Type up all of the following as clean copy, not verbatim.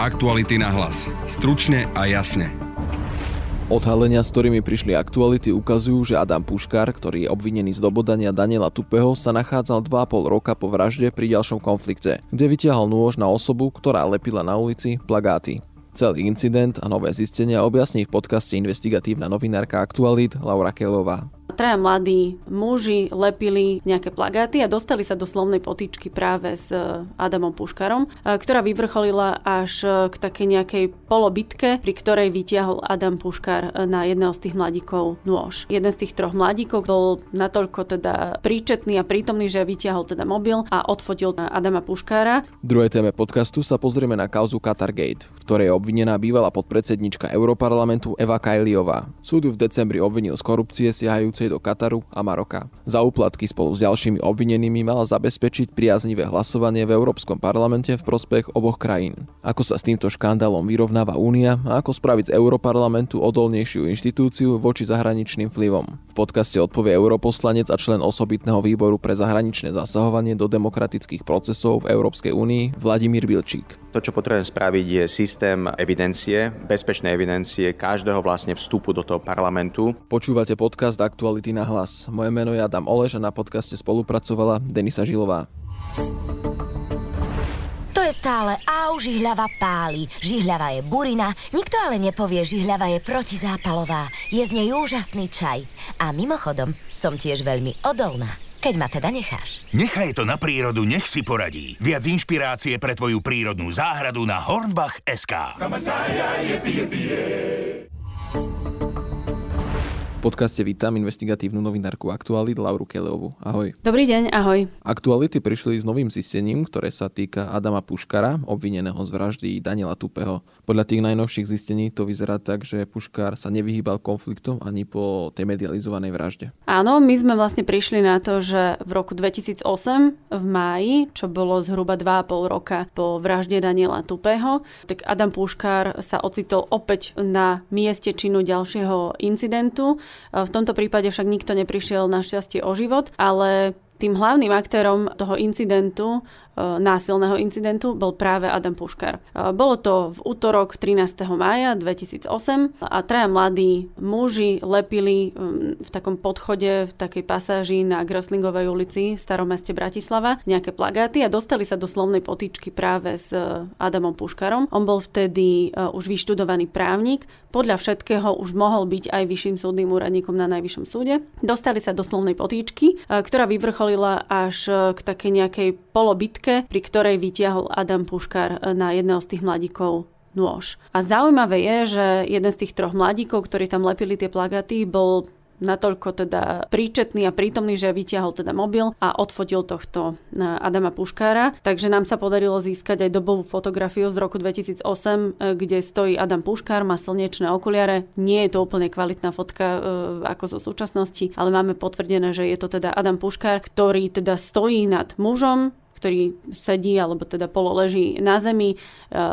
Aktuality na hlas. Stručne a jasne. Odhalenia, s ktorými prišli Aktuality, ukazujú, že Adam Puškár, ktorý je obvinený z dobodania Daniela Tupého, sa nachádzal 2,5 roka po vražde pri ďalšom konflikte, kde vytiahol nôž na osobu, ktorá lepila na ulici plagáty. Celý incident a nové zistenia objasní v podcaste investigatívna novinárka Aktualit Laura Kelová. Traja mladí muži lepili nejaké plagáty a dostali sa do slovnej potýčky práve s Adamom Puškárom, ktorá vyvrcholila až k takej nejakej polobitke, pri ktorej vytiahol Adam Puškár na jedného z tých mladíkov nôž. Jeden z tých troch mladíkov bol natoľko teda príčetný a prítomný, že vytiahol teda mobil a odfotil Adama Puškára. V druhej téme podcastu sa pozrieme na kauzu Qatargate, v ktorej je obvinená bývalá podpredsednička Europarlamentu Eva Kailiová. Súd ju v decembri obvinil z korupcie siahajúcej do Kataru a Maroka. Za úplatky spolu s ďalšími obvinenými mala zabezpečiť priaznivé hlasovanie v Európskom parlamente v prospech oboch krajín. Ako sa s týmto škandálom vyrovnáva Únia a ako spraviť z Europarlamentu odolnejšiu inštitúciu voči zahraničným vplyvom. V podcaste odpovie europoslanec a člen osobitného výboru pre zahraničné zasahovanie do demokratických procesov v Európskej únii Vladimír Bilčík. To, čo potrebujem spraviť, je systém evidencie, bezpečnej evidencie každého vlastne vstupu do toho parlamentu. Počúvate podcast Aktuality na hlas. Moje meno je Adam Oleš a na podcaste spolupracovala Denisa Žilová. To je stále žihľava páli, žihľava je burina, nikto ale nepovie, žihľava je protizápalová, je z nej úžasný čaj. A mimochodom, som tiež veľmi odolná. Keď ma teda necháš. Nechaj to na prírodu, nech si poradí. Viac inšpirácie pre tvoju prírodnú záhradu na Hornbach.sk. V podcaste vítam investigatívnu novinárku Aktualit Lauru Kelovú. Ahoj. Dobrý deň, ahoj. Aktuality prišli s novým zistením, ktoré sa týka Adama Puškára, obvineného z vraždy Daniela Tupého. Podľa tých najnovších zistení to vyzerá tak, že Puškár sa nevyhýbal konfliktom ani po tej medializovanej vražde. Áno, my sme vlastne prišli na to, že v roku 2008 v máji, čo bolo zhruba 2,5 roka po vražde Daniela Tupého, tak Adam Puškár sa ocitol opäť na mieste činu ďalšieho incidentu. V tomto prípade však nikto neprišiel našťastie o život, ale tým hlavným aktérom toho incidentu, násilného incidentu, bol práve Adam Puškár. Bolo to v útorok 13. mája 2008 a traja mladí muži lepili v takom podchode, v takej pasáži na Gröslingovej ulici v starom meste Bratislava nejaké plagáty a dostali sa do slovnej potýčky práve s Adamom Puškárom. On bol vtedy už vyštudovaný právnik, podľa všetkého už mohol byť aj vyšším súdnym úradníkom na Najvyššom súde. Dostali sa do slovnej potýčky, ktorá vyvrcholila až k takej nejakej polobitke, pri ktorej vytiahol Adam Puškár na jedného z tých mladíkov nôž. A zaujímavé je, že jeden z tých troch mladíkov, ktorí tam lepili tie plagáty, bol natoľko teda príčetný a prítomný, že vytiahol teda mobil a odfotil tohto Adama Puškára. Takže nám sa podarilo získať aj dobovú fotografiu z roku 2008, kde stojí Adam Puškár, má slnečné okuliare. Nie je to úplne kvalitná fotka ako zo súčasnosti, ale máme potvrdené, že je to teda Adam Puškár, ktorý teda stojí nad mužom, ktorý sedí alebo teda pololeží na zemi,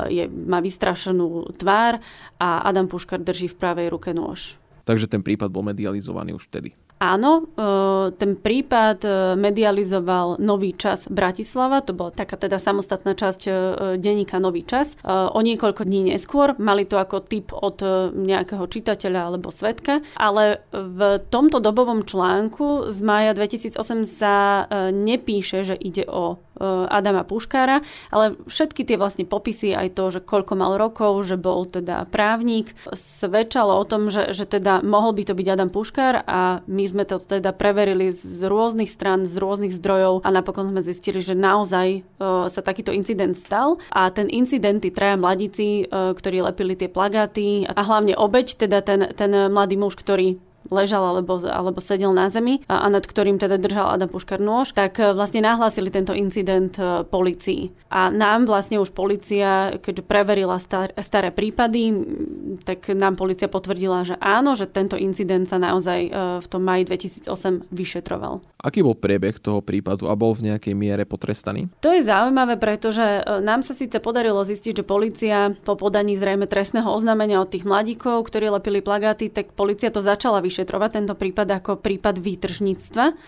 má vystrašenú tvár a Adam Puškár drží v pravej ruke nôž. Takže ten prípad bol medializovaný už vtedy. Áno, ten prípad medializoval Nový čas Bratislava, to bola taká teda samostatná časť denníka Nový čas. O niekoľko dní neskôr mali to ako tip od nejakého čitateľa alebo svedka, ale v tomto dobovom článku z mája 2008 sa nepíše, že ide o Adama Puškára, ale všetky tie vlastne popisy, aj to, že koľko mal rokov, že bol teda právnik, svedčalo o tom, že teda mohol by to byť Adam Puškár a my sme to teda preverili z rôznych strán, z rôznych zdrojov a napokon sme zistili, že naozaj sa takýto incident stal a ten incident, tí traja mladíci, ktorí lepili tie plagáty a hlavne obeť, teda ten mladý muž, ktorý ležal alebo sedel na zemi a nad ktorým teda držal Adam Puškár nôž, tak vlastne nahlásili tento incident polícii. A nám vlastne už polícia, keďže preverila staré prípady, tak nám polícia potvrdila, že áno, že tento incident sa naozaj v tom máji 2008 vyšetroval. Aký bol priebeh toho prípadu a bol v nejakej miere potrestaný? To je zaujímavé, pretože nám sa síce podarilo zistiť, že polícia po podaní zrejme trestného oznámenia od tých mladíkov, ktorí lepili plagáty, tak polícia to začala vyšetrovať tento prípad ako prípad výtržníctva.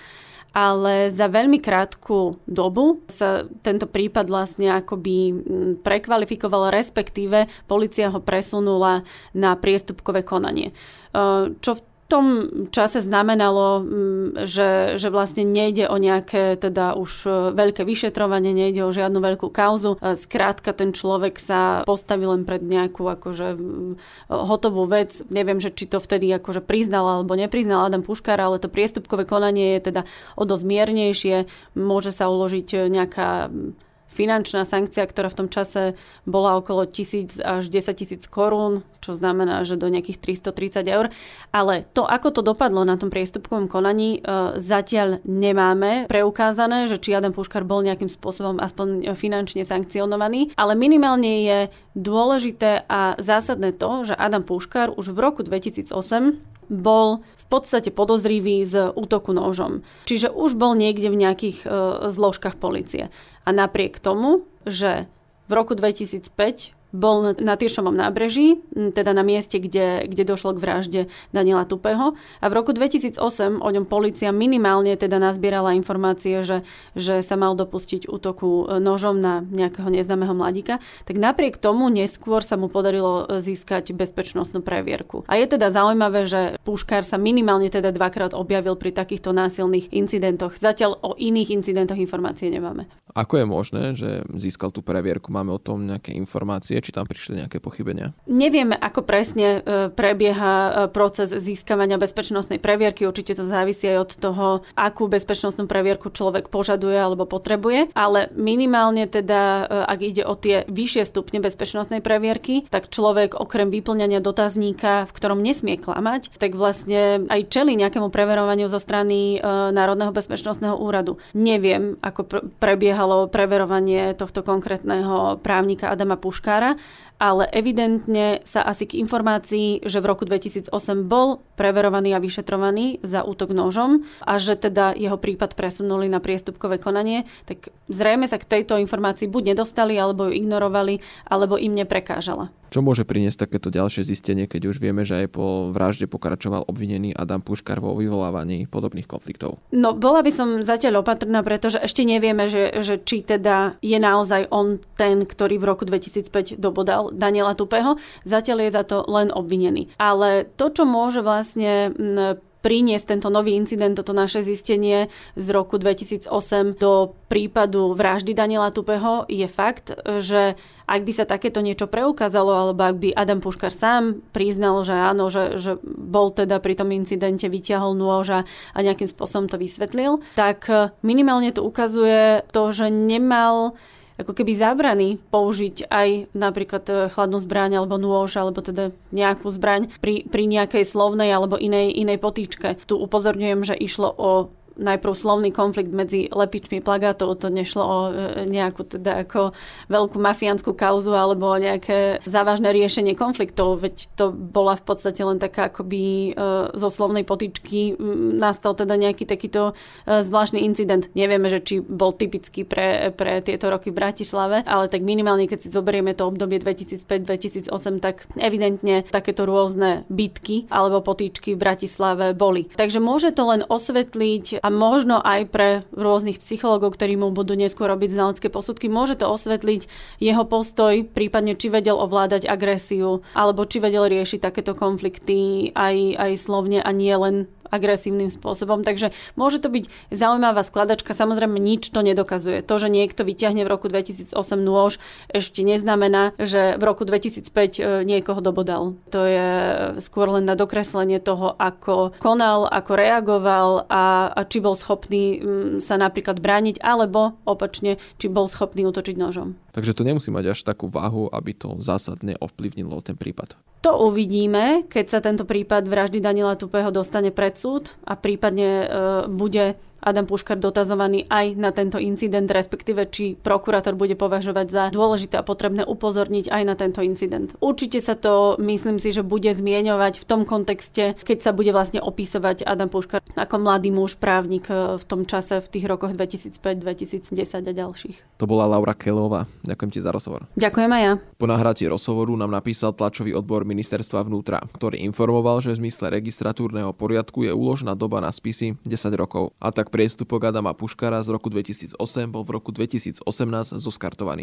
ale za veľmi krátku dobu sa tento prípad vlastne akoby prekvalifikoval, respektíve polícia ho presunula na priestupkové konanie. Čo v tom čase znamenalo, že vlastne nejde o nejaké teda už veľké vyšetrovanie, nejde o žiadnu veľkú kauzu. Skrátka ten človek sa postaví len pred nejakú akože hotovú vec. Neviem, že či to vtedy akože priznal alebo nepriznal Adam Puškár, ale to priestupkové konanie je teda o dosť miernejšie. Môže sa uložiť nejaká finančná sankcia, ktorá v tom čase bola okolo 1,000 až 10 000 korún, čo znamená, že do nejakých 330 eur. Ale to, ako to dopadlo na tom priestupkovom konaní, zatiaľ nemáme preukázané, že či Adam Puškár bol nejakým spôsobom aspoň finančne sankcionovaný, ale minimálne je dôležité a zásadné to, že Adam Puškár už v roku 2008 bol v podstate podozrivý z útoku nožom. Čiže už bol niekde v nejakých zložkách polície. A napriek tomu, že v roku 2005 bol na Tyršovom nábreží, teda na mieste, kde došlo k vražde Daniela Tupého. A v roku 2008 o ňom polícia minimálne teda nazbierala informácie, že sa mal dopustiť útoku nožom na nejakého neznámeho mladíka. Tak napriek tomu neskôr sa mu podarilo získať bezpečnostnú previerku. A je teda zaujímavé, že Puškár sa minimálne teda dvakrát objavil pri takýchto násilných incidentoch. Zatiaľ o iných incidentoch informácie nemáme. Ako je možné, že získal tú previerku? Máme o tom nejaké informácie? Či tam prišli nejaké pochybenia? Nevieme, ako presne prebieha proces získavania bezpečnostnej previerky. Určite to závisí aj od toho, akú bezpečnostnú previerku človek požaduje alebo potrebuje. Ale minimálne teda, ak ide o tie vyššie stupne bezpečnostnej previerky, tak človek okrem vyplňania dotazníka, v ktorom nesmie klamať, tak vlastne aj čelí nejakému preverovaniu zo strany Národného bezpečnostného úradu. Neviem, ako prebiehalo preverovanie tohto konkrétneho právnika Adama Puškára, ale evidentne sa asi k informácii, že v roku 2008 bol preverovaný a vyšetrovaný za útok nožom a že teda jeho prípad presunuli na priestupkové konanie, tak zrejme sa k tejto informácii buď nedostali, alebo ju ignorovali, alebo im neprekážala. Čo môže priniesť takéto ďalšie zistenie, keď už vieme, že aj po vražde pokračoval obvinený Adam Puškár vo vyvolávaní podobných konfliktov? No, bola by som zatiaľ opatrná, pretože ešte nevieme, že či teda je naozaj on ten, ktorý v roku 2005 dobodal Daniela Tupého. Zatiaľ je za to len obvinený. Ale to, čo môže vlastne priniesť tento nový incident, toto naše zistenie z roku 2008 do prípadu vraždy Daniela Tupého, je fakt, že ak by sa takéto niečo preukázalo, alebo ak by Adam Puškár sám priznal, že áno, že bol teda pri tom incidente, vyťahol nôž a nejakým spôsobom to vysvetlil, tak minimálne to ukazuje to, že nemal ako keby zábrany použiť aj napríklad chladnú zbraň alebo nôž, alebo teda nejakú zbraň pri nejakej slovnej alebo inej potýčke. Tu upozorňujem, že išlo o najprv slovný konflikt medzi lepičmi plagátov, to nešlo o nejakú teda ako veľkú mafiánsku kauzu alebo o nejaké závažné riešenie konfliktov, veď to bola v podstate len taká akoby zo slovnej potýčky nastal teda nejaký takýto zvláštny incident. Nevieme, že či bol typický pre tieto roky v Bratislave, ale tak minimálne keď si zoberieme to obdobie 2005-2008, tak evidentne takéto rôzne bitky alebo potýčky v Bratislave boli. Takže môže to len osvetliť a možno aj pre rôznych psychológov, ktorí mu budú neskôr robiť znalecké posudky, môže to osvetliť jeho postoj, prípadne či vedel ovládať agresiu, alebo či vedel riešiť takéto konflikty aj slovne a nie len agresívnym spôsobom. Takže môže to byť zaujímavá skladačka. Samozrejme nič to nedokazuje. To, že niekto vyťahne v roku 2008 nôž, ešte neznamená, že v roku 2005 niekoho dobodal. To je skôr len na dokreslenie toho, ako konal, ako reagoval a či bol schopný sa napríklad brániť, alebo opačne, či bol schopný útočiť nožom. Takže to nemusí mať až takú váhu, aby to zásadne ovplyvnilo ten prípad. To uvidíme, keď sa tento prípad vraždy Daniela Tupého dostane pred súd a prípadne bude Adam Puškár dotazovaný aj na tento incident, respektíve či prokurátor bude považovať za dôležité a potrebné upozorniť aj na tento incident. Určite sa to, myslím si, že bude zmieňovať v tom kontexte, keď sa bude vlastne opisovať Adam Puškár ako mladý muž, právnik v tom čase, v tých rokoch 2005, 2010 a ďalších. To bola Laura Kelová. Ďakujem ti za rozhovor. Ďakujem aj ja. Po nahratí rozhovoru nám napísal tlačový odbor Ministerstva vnútra, ktorý informoval, že v zmysle registratúrneho poriadku je úložná doba na spisy 10 rokov. A tak Inak priestupok Adama Puškara z roku 2008 bol v roku 2018 zoskartovaný.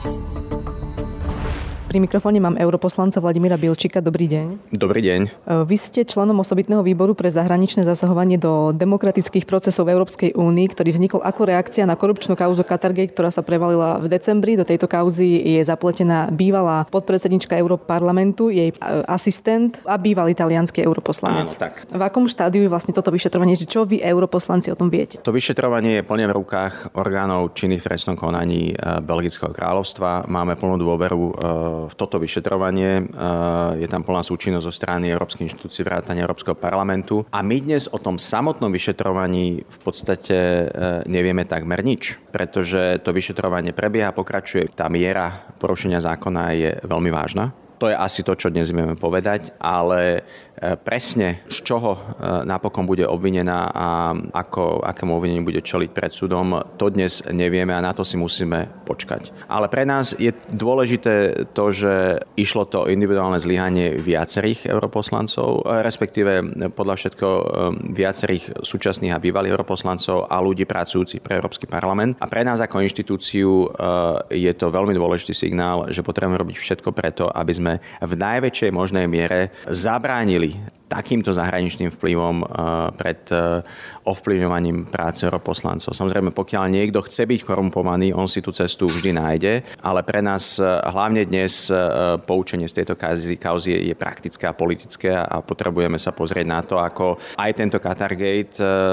Pri mikrofóne mám europoslanca Vladimíra Bilčíka. Dobrý deň. Dobrý deň. Vy ste členom osobitného výboru pre zahraničné zasahovanie do demokratických procesov v Európskej únii, ktorý vznikol ako reakcia na korupčnú kauzu Qatargate, ktorá sa prevalila v decembri. Do tejto kauzy je zapletená bývalá podpredsednička Európarlamentu, jej asistent a bývalý taliansky europoslanec. Áno, tak. V akom štádiu je vlastne toto vyšetrovanie? Čo vy, europoslanci, o tom viete? To vyšetrovanie je plne v rukách orgánov činných v trestnom konaní Belgického kráľovstva. Máme plnú dôveru v toto vyšetrovanie. Je tam plná súčinnosť zo strany Európskej inštitúcie vrátane Európskeho parlamentu. A my dnes o tom samotnom vyšetrovaní v podstate nevieme takmer nič, pretože to vyšetrovanie prebieha, pokračuje. Tá miera porušenia zákona je veľmi vážna. To je asi to, čo dnes vieme povedať, ale presne z čoho napokon bude obvinená a akému obvineniu bude čeliť pred súdom, to dnes nevieme a na to si musíme počkať. Ale pre nás je dôležité to, že išlo to individuálne zlyhanie viacerých europoslancov, respektíve podľa všetko viacerých súčasných a bývalých europoslancov a ľudí pracujúcich pre Európsky parlament. A pre nás ako inštitúciu je to veľmi dôležitý signál, že potrebujeme robiť všetko preto, aby sme v najväčšej možnej miere zabránili takýmto zahraničným vplyvom pred ovplyvňovaním práce europoslancov. Samozrejme, pokiaľ niekto chce byť korumpovaný, on si tú cestu vždy nájde, ale pre nás hlavne dnes poučenie z tejto kauzy je praktické a politické a potrebujeme sa pozrieť na to, ako aj tento Qatargate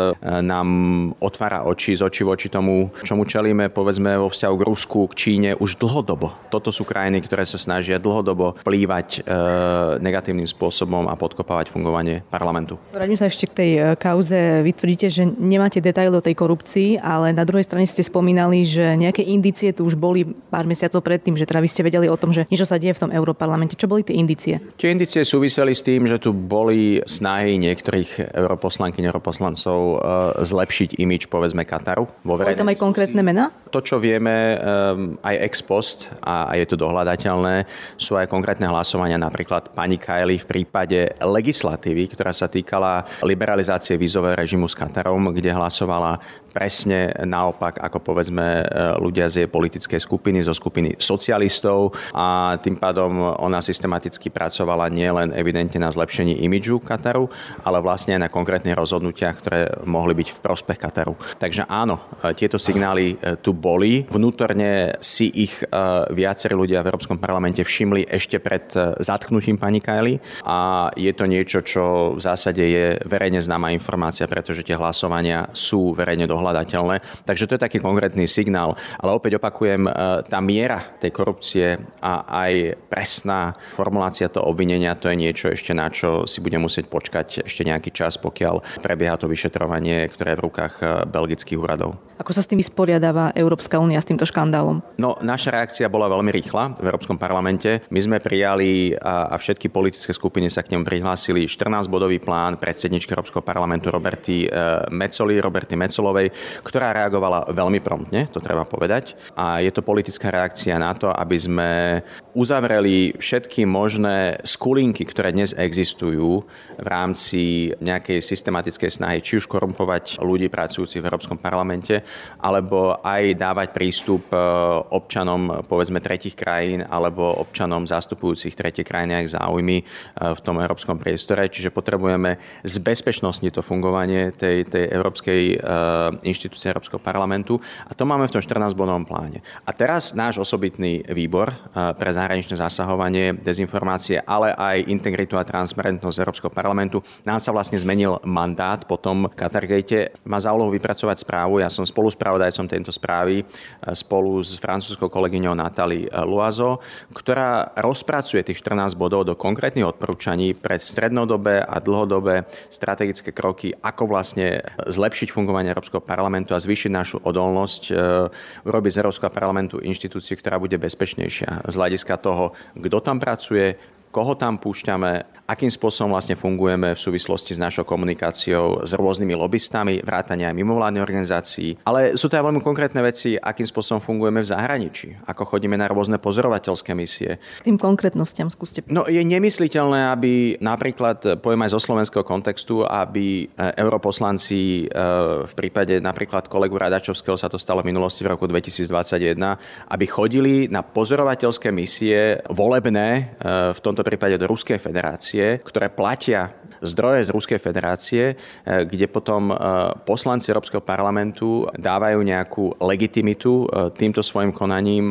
nám otvára oči z očí voči tomu, čomu čelíme, povedzme, vo vzťahu k Rusku, k Číne už dlhodobo. Toto sú krajiny, ktoré sa snažia dlhodobo vplývať negatívnym spôsobom a podkopávať fungovanie parlamentu. Vráťme sa ešte k tej kauze. Vy tvrdíte, že nemáte detaily o tej korupcii, ale na druhej strane ste spomínali, že nejaké indície tu už boli pár mesiacov predtým, že teda vy ste vedeli o tom, že niečo sa deje v tom Európarlamente. Čo boli tie indície? Tie indície súviseli s tým, že tu boli snahy niektorých europoslankyň, europoslancov zlepšiť imidž, povedzme, Kataru. Boli tam aj konkrétne mená? To, čo vieme aj ex post a je to dohľadateľné, sú aj konkrétne hlasovania, napríklad pani Kaili v prípade legislatívy, ktorá sa týkala liberalizácie vízového režimu s Katarom, kde hlasovala presne naopak, ako povedzme ľudia z jej politickej skupiny, zo skupiny socialistov, a tým pádom ona systematicky pracovala nielen evidentne na zlepšení imidžu Kataru, ale vlastne aj na konkrétnych rozhodnutiach, ktoré mohli byť v prospech Kataru. Takže áno, tieto signály tu boli. Vnútorne si ich viacerí ľudia v Európskom parlamente všimli ešte pred zatknutím pani Kaili a je to niečo, čo v zásade je verejne známa informácia, pretože tie hlasovania sú verejne dohľadateľné. Takže to je taký konkrétny signál. Ale opäť opakujem, tá miera tej korupcie a aj presná formulácia toho obvinenia, to je niečo ešte, na čo si bude musieť počkať ešte nejaký čas, pokiaľ prebieha to vyšetrovanie, ktoré je v rukách belgických úradov. Ako sa s tým vysporiadáva Európska únia s týmto škandálom? No, naša reakcia bola veľmi rýchla v Európskom parlamente. My sme prijali a všetky politické skupiny sa k nemu prihlásili 14-bodový plán predsedničky Európskeho parlamentu Roberty Metsolovej, ktorá reagovala veľmi promptne, to treba povedať. A je to politická reakcia na to, aby sme uzavreli všetky možné skulinky, ktoré dnes existujú v rámci nejakej systematickej snahy, či už korumpovať ľudí pracujúcich v Európskom parlamente, alebo aj dávať prístup občanom, povedzme, tretích krajín alebo občanom zastupujúcich tretie krajiny a ich záujmy v tom európskom priestore. Čiže potrebujeme zbezpečnostniť to fungovanie tej Európskej inštitúcie Európskeho parlamentu a to máme v tom 14-bodovom pláne. A teraz náš osobitný výbor pre zahraničné zasahovanie, dezinformácie, ale aj integritu a transparentnosť Európskeho parlamentu, nám sa vlastne zmenil mandát po tom Qatargate. Má za úlohu vypracovať správu. Ja som spoluspravodajcom tejto správy spolu s francúzskou kolegyňou Nathalie Loiseau, ktorá rozpracuje tých 14 bodov do konkrétnych odporúčaní pre strednodobé a dlhodobé strategické kroky, ako vlastne zlepšiť fungovanie Európskeho parlamentu a zvýšiť našu odolnosť, urobiť z Európskeho parlamentu inštitúciu, ktorá bude bezpečnejšia z hľadiska toho, kto tam pracuje, koho tam púšťame, akým spôsobom vlastne fungujeme v súvislosti s našou komunikáciou s rôznymi lobbystami, vrátane aj mimovládnych organizácií. Ale sú to aj veľmi konkrétne veci, akým spôsobom fungujeme v zahraničí, ako chodíme na rôzne pozorovateľské misie. K tým konkrétnostiam skúste. No je nemysliteľné, aby napríklad, poviem aj zo slovenského kontextu, aby europoslanci v prípade napríklad kolegu Radačovského sa to stalo v minulosti v roku 2021, aby chodili na pozorovateľské misie volebné, v tomto prípade do Ruskej federácie, ktoré platia zdroje z Ruskej federácie, kde potom poslanci Európskeho parlamentu dávajú nejakú legitimitu týmto svojim konaním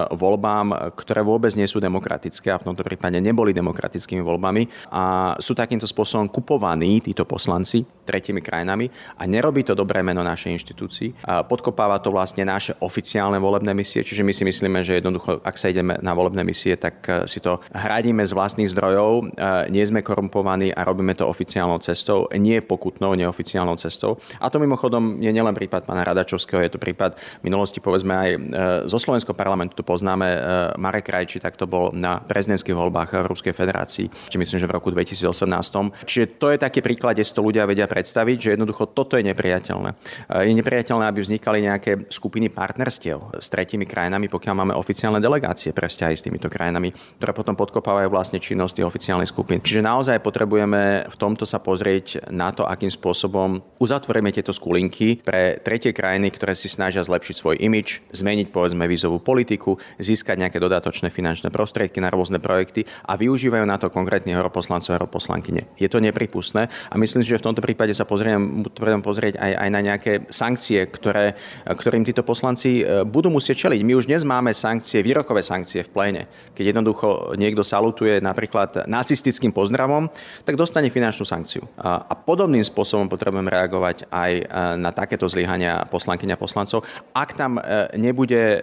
voľbám, ktoré vôbec nie sú demokratické a v tomto prípade neboli demokratickými voľbami a sú takýmto spôsobom kupovaní títo poslanci tretími krajinami a nerobí to dobré meno našej inštitúcii. Podkopáva to vlastne naše oficiálne volebné misie, čiže my si myslíme, že jednoducho, ak sa ideme na volebné misie, tak si to hradíme z vlastných zdrojov, nie sme korumpovaní a robíme to oficiálnou cestou, nie pokutnou, neoficiálnou cestou. A to mimochodom je nielen prípad pána Radačovského, je to prípad minulosti, povedzme aj zo slovenského parlamentu, tu poznáme Marek Krajčí, tak to bol na prezidentských voľbách v Ruskej federácii, myslím, že v roku 2018. Čiže to je taký príklad, kde si to ľudia vedia predstaviť, že jednoducho toto je nepriateľné. Je nepriateľné, aby vznikali nejaké skupiny partnerstiev s tretími krajinami, pokiaľ máme oficiálne delegácie pre vzťahy s týmito krajinami, ktoré potom podkopávajú vlastne činnosti oficiálnych skupín. Čiže naozaj potrebujeme v tomto sa pozrieť na to, akým spôsobom uzatvoríme tieto skulinky pre tretie krajiny, ktoré si snažia zlepšiť svoj imidž, zmeniť povedzme vízovú politiku, získať nejaké dodatočné finančné prostriedky na rôzne projekty a využívajú na to konkrétnych europoslancov a europoslankyne. Je to nepripustné a myslím si, že v tomto prípade sa potrebujeme pozrieť aj na nejaké sankcie, ktorým títo poslanci budú musieť čeliť. My už dnes máme sankcie, výrokové sankcie v pléne. Keď jednoducho niekto salutuje napríklad nacistickým pozdravom, tak dostane finančnú sankciu. A podobným spôsobom potrebujeme reagovať aj na takéto zlyhania poslankyň a poslancov. Ak tam nebude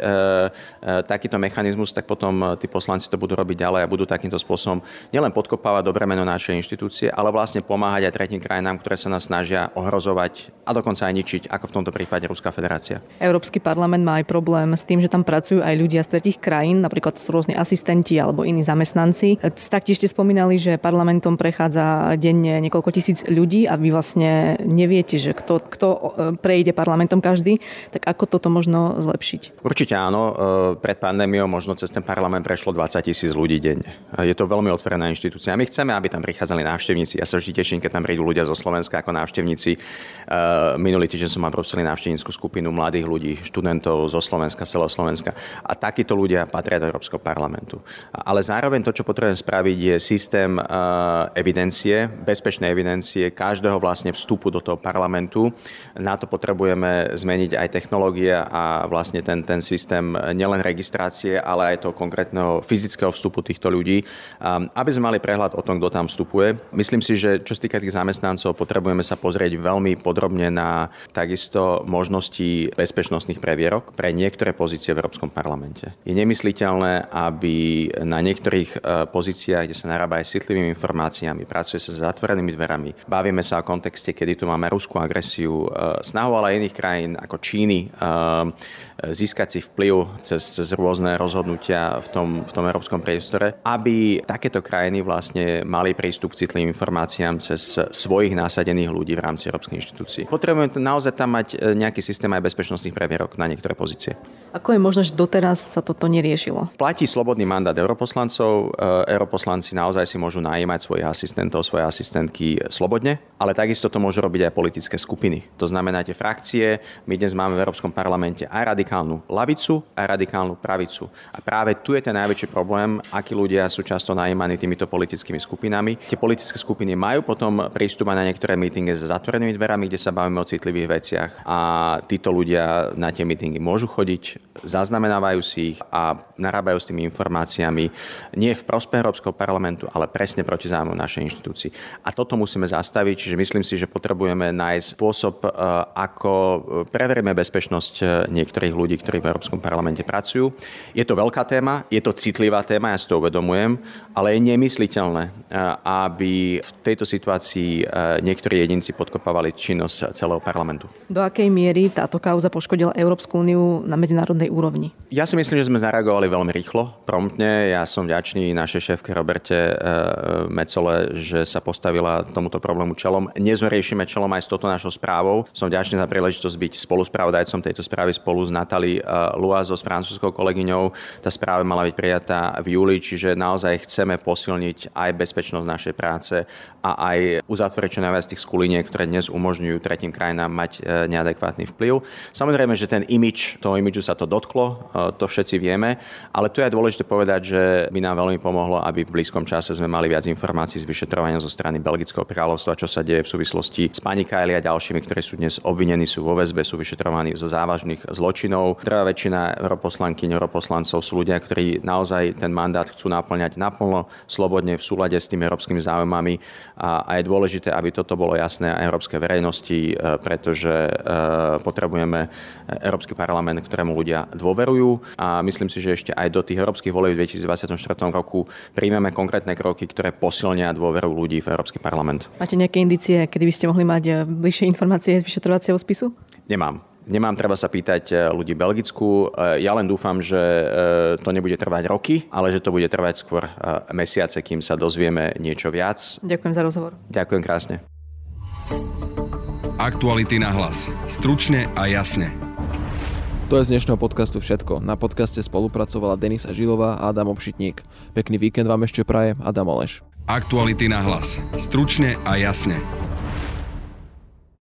takýto mechanizmus, tak potom tí poslanci to budú robiť ďalej a budú takýmto spôsobom nielen podkopávať dobré meno našej inštitúcie, ale vlastne pomáhať aj tretím krajinám, ktoré sa nás snažia ohrozovať a dokonca aj ničiť, ako v tomto prípade Ruská federácia. Európsky parlament má aj problém s tým, že tam pracujú aj ľudia z tretích krajín, napríklad sú rôzni asistenti alebo iní zamestnanci. Taktiež ste spomínali, že parlamentom prechádza denne niekoľko tisíc ľudí a vy vlastne neviete, že kto prejde parlamentom každý, tak ako toto možno zlepšiť? Určite áno. Pred pandémiou možno cez ten parlament prešlo 20,000 ľudí denne. Je to veľmi otvorená inštitúcia. My chceme, aby tam prichádzali návštevníci. Ja sa vždy teším, keď tam prídu ľudia zo Slovenska ako návštevníci. Minulý týždeň som mal v Bruseli návštevnícku skupinu mladých ľudí, študentov zo Slovenska, celého Slovenska. A takíto ľudia patria do Európskeho parlamentu. Ale zároveň to, čo potrebujem spraviť, je systém evidencie, bezpečnej evidencie každého vlastne vstupu do toho parlamentu. Na to potrebujeme zmeniť aj technológie a vlastne ten systém nielen registrácie, ale aj toho konkrétneho fyzického vstupu týchto ľudí, aby sme mali prehľad o tom, kto tam vstupuje. Myslím si, že čo sa týka tých zamestnancov, potrebujeme sa pozrieť veľmi podrobne na takisto možnosti bezpečnostných previerok pre niektoré pozície v Európskom parlamente. Je nemysliteľné, aby na niektorých pozíciách, kde sa narába aj s citlivými informáciami, pracuje sa s zatvorenými dverami, bavíme sa o kontexte, kedy tu máme ruskú agresiu, snahu ale aj iných krajín ako Číny získať si vplyv cez rôzne rozhodnutia v tom európskom priestore, aby takéto krajiny vlastne mali prístup k citlivým informáciám cez svojich nasadených ľudí v rámci európskej inštitúcií. Potrebujeme naozaj tam mať nejaký systém aj bezpečnostných previerok na niektoré pozície. Ako je možné, že doteraz sa toto neriešilo? Platí slobodný mandát europoslancov. Europoslanci naozaj si môžu najímať svojich asistentov, svoje asistentky slobodne, ale takisto to môžu robiť aj politické skupiny. To znamená tie frakcie. My dnes máme v Európskom parlamente aj radikálnu lavicu, aj radikálnu pravicu. A práve tu je ten najväčší problém, akí ľudia sú často najímaní týmito politickými skupinami. Tie politické skupiny majú potom prístup na niektoré mítingy s zatvorenými dverami, kde sa bavíme o citlivých veciach a títo ľudia na tie mítingy môžu chodiť, zaznamenávajú si ich a narábajú s tými informáciami nie v prospech Európskeho parlamentu, ale presne proti záujmom našej inštitúcii. A toto musíme zastaviť, čiže myslím si, že potrebujeme nájsť spôsob, ako preveríme bezpečnosť niektorých ľudí, ktorí v Európskom parlamente pracujú. Je to veľká téma, je to citlivá téma, ja si to uvedomujem, ale je nemysliteľné, aby v tejto situácii niektorí jedinci podkopávali činnosť celého parlamentu. Do akej miery táto kauza poškodila Európsku úniu na medzinárodnej úrovni? Ja si myslím, že sme zareagovali veľmi rýchlo, promptne. Ja som vďačný našej šéfke Roberte Mecole, že sa postavila tomuto problému čelom. Dnes riešime čelom aj s touto našou správou. Som vďačný za príležitosť byť spoluspravodajcom tejto správy spolu s Nathalie Loiseau, s francúzskou kolegyňou. Tá správa mala byť prijatá v júli, čiže naozaj chceme posilniť aj bezpečnosť našej práce a aj uzatvoriť čo najviac tých skuliniek, ktoré dnes umožňujú tretím krajinám mať neadekvátny vplyv. Samozrejme, že ten toho imidžu sa to dotklo, to všetci vieme, ale tu je dôležité povedať, že by nám veľmi pomohlo, aby v blízkom čase sme mali viac informácií z vyšetrovania zo strany Belgického kráľovstva, čo sa deje v súvislosti s pani Kylie a ďalšími, ktorí sú dnes obvinení, sú vo väzbe, sú vyšetrovaní zo závažných zločinov. Drvivá väčšina europoslankyň, europoslancov sú ľudia, ktorí naozaj ten mandát chcú naplňať naplno, slobodne v súlade s tými európskymi záujmami a je dôležité, aby toto bolo jasné aj európskej verejnosti, pretože potrebujeme Európsky parlament, ktorému ľudia dôverujú a myslím si, že ešte aj do tých európskych volieb v 2024 roku príjmeme konkrétne kroky, ktoré posilnia dôveru ľudí v Európsky parlament. Máte nejaké indície, kedy by ste mohli mať bližšie informácie z vyšetrovacieho spisu? Nemám, treba sa pýtať ľudí v Belgicku. Ja len dúfam, že to nebude trvať roky, ale že to bude trvať skôr mesiace, kým sa dozvieme niečo viac. Ďakujem za rozhovor. Ďakujem krásne. Aktuality na hlas. Stručne a jasne. To je z dnešného podcastu všetko. Na podcaste spolupracovala Denisa Žilová a Adam Obšitník. Pekný víkend vám ešte praje Adam Oleš. Aktuality na hlas. Stručne a jasne.